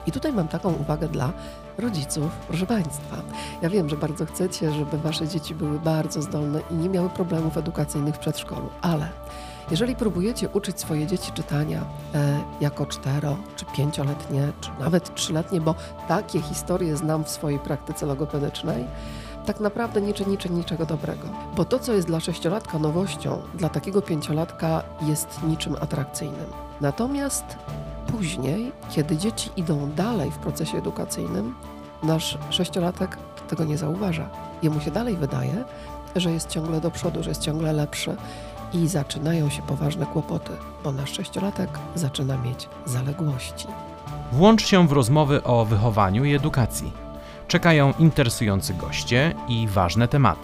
I tutaj mam taką uwagę dla rodziców, proszę Państwa. Ja wiem, że bardzo chcecie, żeby Wasze dzieci były bardzo zdolne i nie miały problemów edukacyjnych w przedszkolu, ale jeżeli próbujecie uczyć swoje dzieci czytania jako 4- czy 5-letnie, czy nawet 3-letnie, bo takie historie znam w swojej praktyce logopedycznej, tak naprawdę nie czynicie niczego dobrego. Bo to, co jest dla 6-latka nowością, dla takiego 5-latka jest niczym atrakcyjnym. Natomiast później, kiedy dzieci idą dalej w procesie edukacyjnym, nasz 6-latek tego nie zauważa. Jemu się dalej wydaje, że jest ciągle do przodu, że jest ciągle lepszy i zaczynają się poważne kłopoty, bo nasz 6-latek zaczyna mieć zaległości. Włącz się w rozmowy o wychowaniu i edukacji. Czekają interesujący goście i ważne tematy.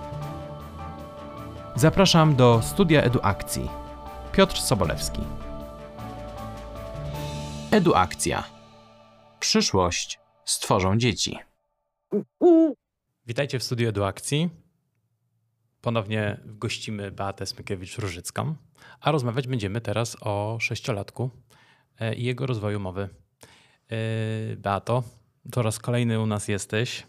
Zapraszam do Studia Eduakcji. Piotr Sobolewski. Eduakcja. Przyszłość stworzą dzieci. Witajcie w Studiu Eduakcji. Ponownie gościmy Beatę Smykiewicz-Różycką, a rozmawiać będziemy teraz o 6-latku i jego rozwoju mowy. Beato, po raz kolejny u nas jesteś.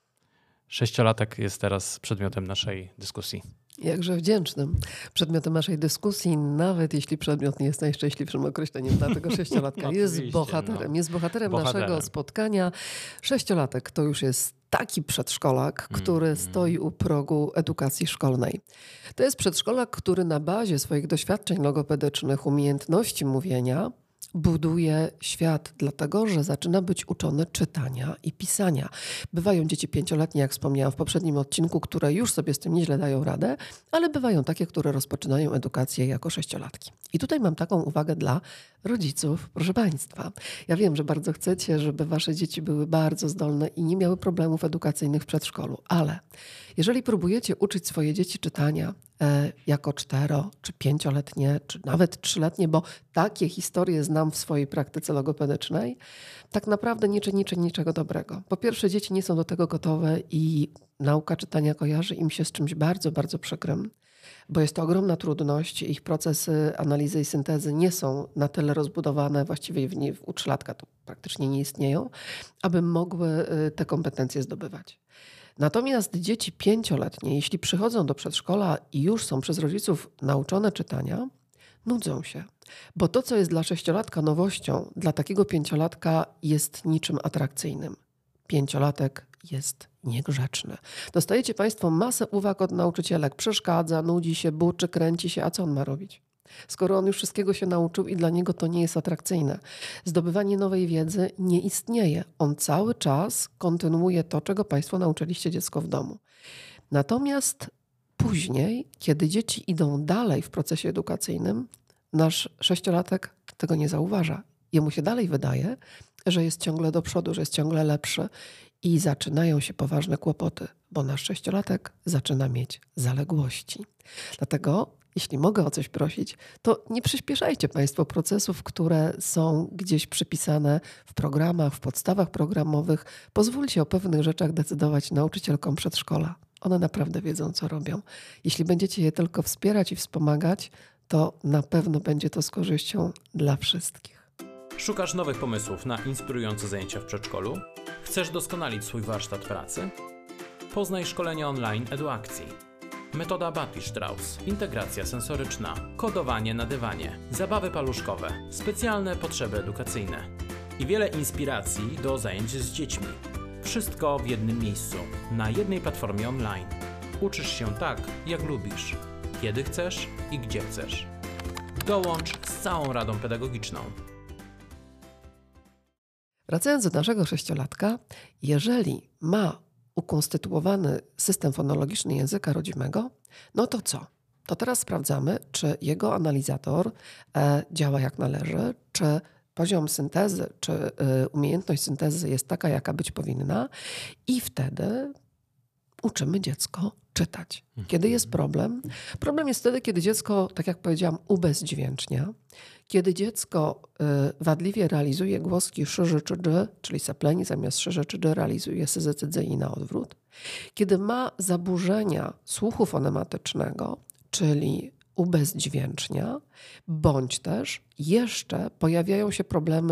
6-latek jest teraz przedmiotem naszej dyskusji. Jakże wdzięcznym przedmiotem naszej dyskusji, nawet jeśli przedmiot nie jest najszczęśliwszym określeniem dla tego 6-latka. Jest bohaterem naszego spotkania. 6-latek to już jest taki przedszkolak, który stoi u progu edukacji szkolnej. To jest przedszkolak, który na bazie swoich doświadczeń logopedycznych, umiejętności mówienia buduje świat, dlatego że zaczyna być uczony czytania i pisania. Bywają dzieci 5-letnie, jak wspomniałam w poprzednim odcinku, które już sobie z tym nieźle dają radę, ale bywają takie, które rozpoczynają edukację jako 6-latki. I tutaj mam taką uwagę dla rodziców, proszę Państwa. Ja wiem, że bardzo chcecie, żeby Wasze dzieci były bardzo zdolne i nie miały problemów edukacyjnych w przedszkolu, ale jeżeli próbujecie uczyć swoje dzieci czytania jako 4- czy 5-letnie, czy nawet 3-letnie, bo takie historie znam w swojej praktyce logopedycznej, tak naprawdę nie czynicie niczego dobrego. Po pierwsze, dzieci nie są do tego gotowe i nauka czytania kojarzy im się z czymś bardzo, bardzo przykrym, bo jest to ogromna trudność. Ich procesy analizy i syntezy nie są na tyle rozbudowane, właściwie u 3-latka to praktycznie nie istnieją, aby mogły te kompetencje zdobywać. Natomiast dzieci 5-letnie, jeśli przychodzą do przedszkola i już są przez rodziców nauczone czytania, nudzą się. Bo to, co jest dla 6-latka nowością, dla takiego 5-latka jest niczym atrakcyjnym. 5-latek jest niegrzeczny. Dostajecie Państwo masę uwag od nauczycielek. Przeszkadza, nudzi się, buczy, kręci się. A co on ma robić? Skoro on już wszystkiego się nauczył i dla niego to nie jest atrakcyjne. Zdobywanie nowej wiedzy nie istnieje. On cały czas kontynuuje to, czego Państwo nauczyliście dziecko w domu. Natomiast później, kiedy dzieci idą dalej w procesie edukacyjnym, nasz 6-latek tego nie zauważa. Jemu się dalej wydaje, że jest ciągle do przodu, że jest ciągle lepszy i zaczynają się poważne kłopoty, bo nasz 6-latek zaczyna mieć zaległości. Dlatego jeśli mogę o coś prosić, to nie przyspieszajcie Państwo procesów, które są gdzieś przypisane w programach, w podstawach programowych. Pozwólcie o pewnych rzeczach decydować nauczycielkom przedszkola. One naprawdę wiedzą, co robią. Jeśli będziecie je tylko wspierać i wspomagać, to na pewno będzie to z korzyścią dla wszystkich. Szukasz nowych pomysłów na inspirujące zajęcia w przedszkolu? Chcesz doskonalić swój warsztat pracy? Poznaj szkolenia online Eduakcji. Metoda Bapi-Strauss, integracja sensoryczna, kodowanie na dywanie, zabawy paluszkowe, specjalne potrzeby edukacyjne i wiele inspiracji do zajęć z dziećmi. Wszystko w jednym miejscu, na jednej platformie online. Uczysz się tak, jak lubisz, kiedy chcesz i gdzie chcesz. Dołącz z całą radą pedagogiczną. Wracając do naszego 6-latka, jeżeli ma ukonstytuowany system fonologiczny języka rodzimego, no to co? To teraz sprawdzamy, czy jego analizator działa jak należy, czy poziom syntezy, czy umiejętność syntezy jest taka, jaka być powinna i wtedy uczymy dziecko czytać. Kiedy jest problem? Problem jest wtedy, kiedy dziecko, tak jak powiedziałam, ubezdźwięcznia, kiedy dziecko wadliwie realizuje głoski szy, czy d, czyli sepleni zamiast szy, czy d realizuje syzy, cydzy i na odwrót, kiedy ma zaburzenia słuchu fonematycznego, czyli ubezdźwięcznia, bądź też jeszcze pojawiają się problemy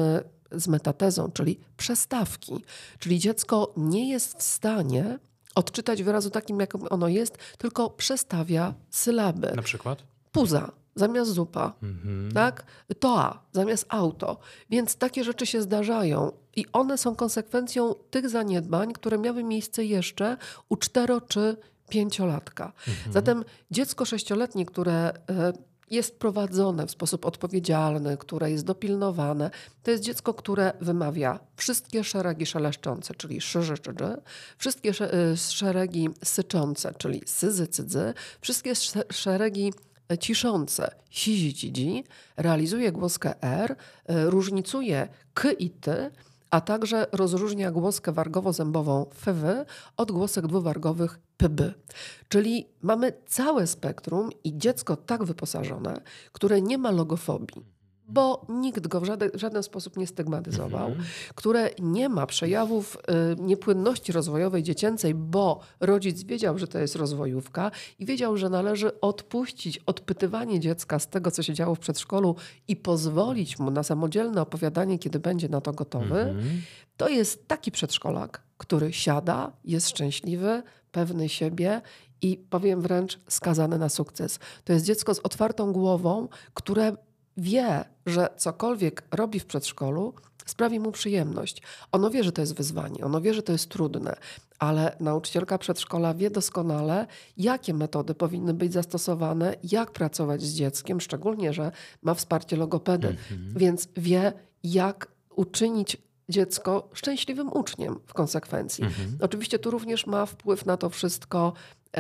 z metatezą, czyli przestawki. Czyli dziecko nie jest w stanie odczytać wyrazu takim, jakim ono jest, tylko przestawia sylaby. Na przykład? Puza zamiast zupa, tak? Toa zamiast auto. Więc takie rzeczy się zdarzają i one są konsekwencją tych zaniedbań, które miały miejsce jeszcze u 4- czy 5-latka. Zatem dziecko 6-letnie, które jest prowadzone w sposób odpowiedzialny, które jest dopilnowane, to jest dziecko, które wymawia wszystkie szeregi szeleszczące, czyli szyży, czydzy, wszystkie szeregi syczące, czyli syzy, cydzy, wszystkie szeregi ciszące, sizi, cidzi, realizuje głoskę R, różnicuje k i ty, a także rozróżnia głoskę wargowo-zębową fw od głosek dwuwargowych pb. Czyli mamy całe spektrum i dziecko tak wyposażone, które nie ma logofobii, bo nikt go w żaden sposób nie stygmatyzował, które nie ma przejawów niepłynności rozwojowej dziecięcej, bo rodzic wiedział, że to jest rozwojówka i wiedział, że należy odpuścić odpytywanie dziecka z tego, co się działo w przedszkolu i pozwolić mu na samodzielne opowiadanie, kiedy będzie na to gotowy. To jest taki przedszkolak, który siada, jest szczęśliwy, pewny siebie i powiem wręcz skazany na sukces. To jest dziecko z otwartą głową, które wie, że cokolwiek robi w przedszkolu, sprawi mu przyjemność. Ono wie, że to jest wyzwanie, ono wie, że to jest trudne, ale nauczycielka przedszkola wie doskonale, jakie metody powinny być zastosowane, jak pracować z dzieckiem, szczególnie, że ma wsparcie logopedy, więc wie, jak uczynić dziecko szczęśliwym uczniem w konsekwencji. Oczywiście tu również ma wpływ na to wszystko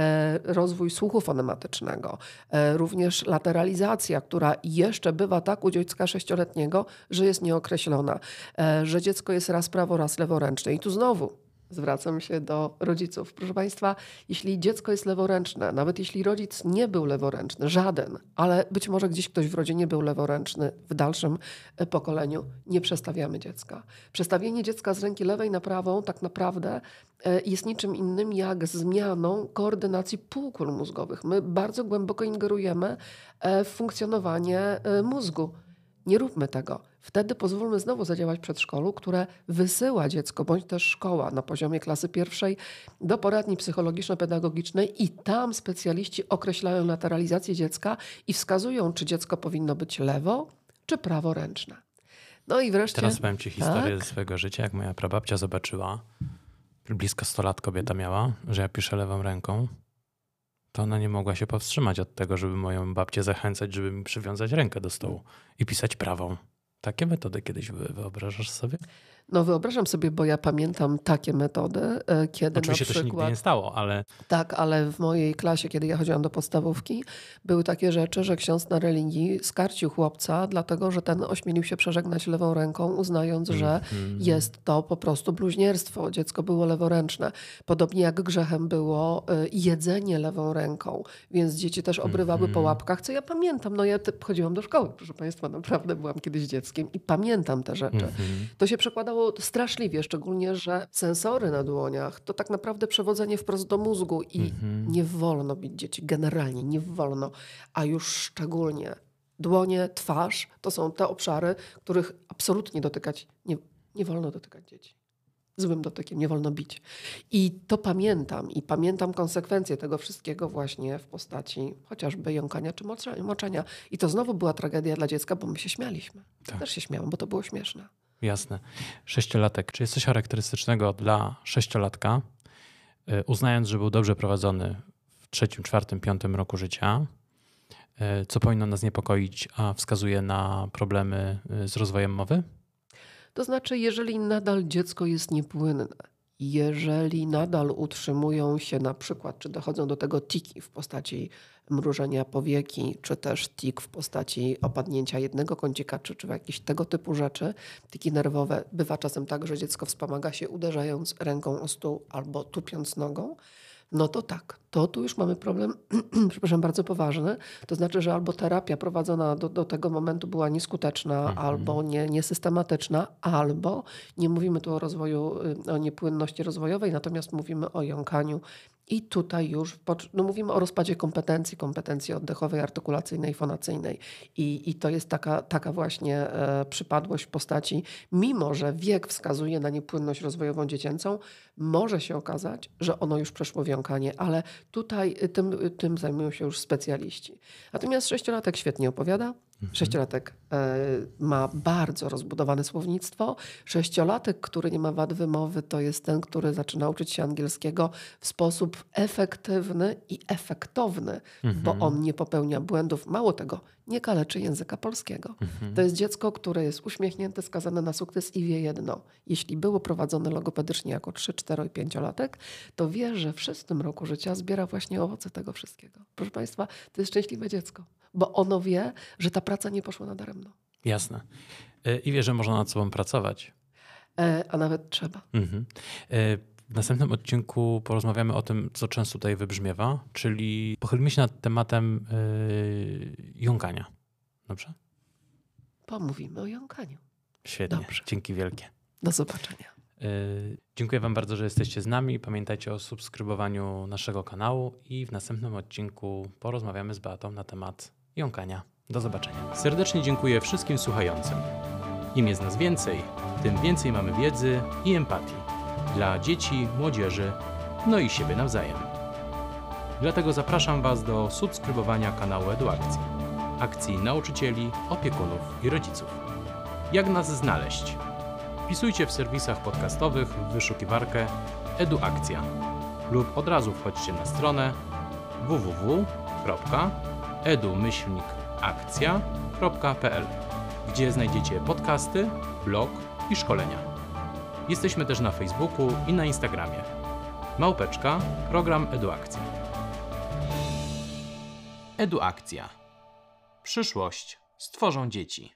rozwój słuchu fonematycznego, również lateralizacja, która jeszcze bywa tak u dziecka 6-letniego, że jest nieokreślona, że dziecko jest raz prawo, raz leworęczne. I tu znowu zwracam się do rodziców. Proszę Państwa, jeśli dziecko jest leworęczne, nawet jeśli rodzic nie był leworęczny, żaden, ale być może gdzieś ktoś w rodzinie był leworęczny w dalszym pokoleniu, nie przestawiamy dziecka. Przestawienie dziecka z ręki lewej na prawą tak naprawdę jest niczym innym jak zmianą koordynacji półkul mózgowych. My bardzo głęboko ingerujemy w funkcjonowanie mózgu. Nie róbmy tego. Wtedy pozwólmy znowu zadziałać przedszkolu, które wysyła dziecko, bądź też szkoła na poziomie klasy 1 do poradni psychologiczno-pedagogicznej i tam specjaliści określają lateralizację dziecka i wskazują, czy dziecko powinno być lewo, czy praworęczne. No i wreszcie... Teraz powiem Ci historię ze swojego życia, jak moja prababcia zobaczyła, blisko 100 lat kobieta miała, że ja piszę lewą ręką, to ona nie mogła się powstrzymać od tego, żeby moją babcię zachęcać, żeby mi przywiązać rękę do stołu i pisać prawą. Takie metody kiedyś były, wyobrażasz sobie? No wyobrażam sobie, bo ja pamiętam takie metody, kiedy oczywiście na przykład... to się nigdy nie stało, ale... Tak, ale w mojej klasie, kiedy ja chodziłam do podstawówki, były takie rzeczy, że ksiądz na religii skarcił chłopca, dlatego że ten ośmielił się przeżegnać lewą ręką, uznając, że jest to po prostu bluźnierstwo. Dziecko było leworęczne. Podobnie jak grzechem było jedzenie lewą ręką, więc dzieci też obrywały po łapkach, co ja pamiętam. No ja chodziłam do szkoły, proszę Państwa, naprawdę byłam kiedyś dzieckiem i pamiętam te rzeczy. To się przekładało straszliwie, szczególnie, że sensory na dłoniach to tak naprawdę przewodzenie wprost do mózgu i nie wolno bić dzieci, generalnie nie wolno, a już szczególnie dłonie, twarz to są te obszary, których absolutnie dotykać nie wolno dotykać dzieci. Złym dotykiem nie wolno bić. I to pamiętam i pamiętam konsekwencje tego wszystkiego właśnie w postaci chociażby jąkania czy moczenia. I to znowu była tragedia dla dziecka, bo my się śmialiśmy. Ja też się śmiałam, bo to było śmieszne. Jasne. 6-latek. Czy jest coś charakterystycznego dla 6-latka, uznając, że był dobrze prowadzony w 3., 4., 5. roku życia, co powinno nas niepokoić, a wskazuje na problemy z rozwojem mowy? To znaczy, jeżeli nadal dziecko jest niepłynne, jeżeli nadal utrzymują się na przykład, czy dochodzą do tego tiki w postaci mrużenia powieki, czy też tik w postaci opadnięcia jednego kącika, czy jakieś tego typu rzeczy, tiki nerwowe, bywa czasem tak, że dziecko wspomaga się uderzając ręką o stół albo tupiąc nogą, no to tak, to tu już mamy problem, przepraszam, bardzo poważny. To znaczy, że albo terapia prowadzona do tego momentu była nieskuteczna, albo niesystematyczna, albo nie mówimy tu o rozwoju, o niepłynności rozwojowej, natomiast mówimy o jąkaniu I tutaj już mówimy o rozpadzie kompetencji oddechowej, artykulacyjnej, fonacyjnej. I to jest taka właśnie przypadłość w postaci, mimo że wiek wskazuje na niepłynność rozwojową dziecięcą, może się okazać, że ono już przeszło w jąkanie, ale tutaj tym zajmują się już specjaliści. Natomiast 6-latek świetnie opowiada. 6-latek ma bardzo rozbudowane słownictwo. 6-latek, który nie ma wad wymowy, to jest ten, który zaczyna uczyć się angielskiego w sposób efektywny i efektowny, bo on nie popełnia błędów. Mało tego, nie kaleczy języka polskiego. To jest dziecko, które jest uśmiechnięte, skazane na sukces i wie jedno. Jeśli było prowadzone logopedycznie jako 3, 4 i 5-latek, to wie, że w 6 roku życia zbiera właśnie owoce tego wszystkiego. Proszę Państwa, to jest szczęśliwe dziecko, bo ono wie, że ta praca nie poszła nadaremno. Jasne. I wie, że można nad sobą pracować. A nawet trzeba. W następnym odcinku porozmawiamy o tym, co często tutaj wybrzmiewa, czyli pochylmy się nad tematem jąkania. Dobrze? Pomówimy o jąkaniu. Świetnie. Dobrze. Dzięki wielkie. Do zobaczenia. Dziękuję Wam bardzo, że jesteście z nami. Pamiętajcie o subskrybowaniu naszego kanału i w następnym odcinku porozmawiamy z Beatą na temat jąkania. Do zobaczenia. Serdecznie dziękuję wszystkim słuchającym. Im jest nas więcej, tym więcej mamy wiedzy i empatii dla dzieci, młodzieży, no i siebie nawzajem. Dlatego zapraszam Was do subskrybowania kanału EduAkcji, akcji nauczycieli, opiekunów i rodziców. Jak nas znaleźć? Wpisujcie w serwisach podcastowych w wyszukiwarkę EduAkcja lub od razu wchodźcie na stronę www.edu-akcja.pl, gdzie znajdziecie podcasty, blog i szkolenia. Jesteśmy też na Facebooku i na Instagramie. Program EduAkcja. EduAkcja. Przyszłość stworzą dzieci.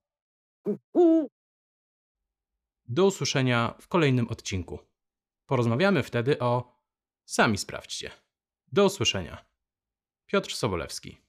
Do usłyszenia w kolejnym odcinku. Porozmawiamy wtedy o... Sami sprawdźcie. Do usłyszenia. Piotr Sobolewski.